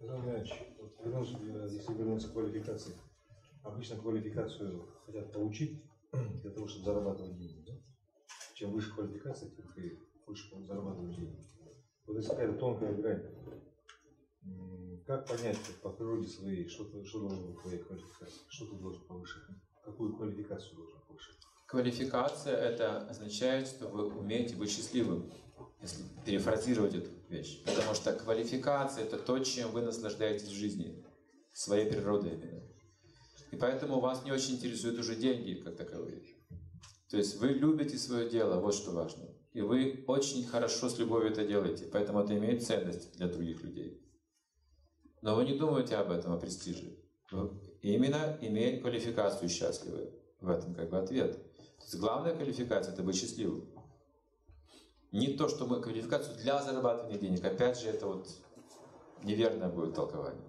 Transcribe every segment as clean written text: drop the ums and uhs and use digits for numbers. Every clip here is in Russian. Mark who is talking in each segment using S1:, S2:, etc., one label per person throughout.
S1: Вот, если вернуться к квалификации, обычно квалификацию хотят получить для того, чтобы зарабатывать деньги. Да? Чем выше квалификация, тем ты больше зарабатываешь деньги. Вот если какая-то тонкая грань, как понять по природе своей, что должно быть в твоей квалификации, что ты должен повышать, какую квалификацию должен повышать?
S2: Квалификация — это означает, что вы умеете быть счастливым, если перефразировать эту вещь. Потому что квалификация — это то, чем вы наслаждаетесь в жизни, своей природой именно. И поэтому вас не очень интересуют уже деньги как таковые. То есть вы любите свое дело, вот что важно. И вы очень хорошо с любовью это делаете, поэтому это имеет ценность для других людей. Но вы не думаете об этом, о престиже. Вы именно имея квалификацию счастливы. В этом как бы ответ. То есть главная квалификация — это быть счастливым. Не то, что мы квалификацию для зарабатывания денег. Опять же, это вот неверное будет толкование.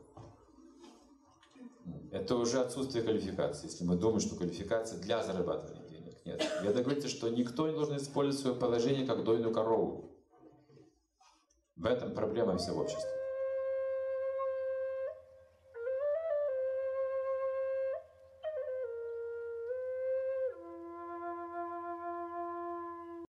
S2: Это уже отсутствие квалификации, если мы думаем, что квалификация для зарабатывания денег. Нет. Веда говорит, что никто не должен использовать свое положение как дойную корову. В этом проблема всего общества.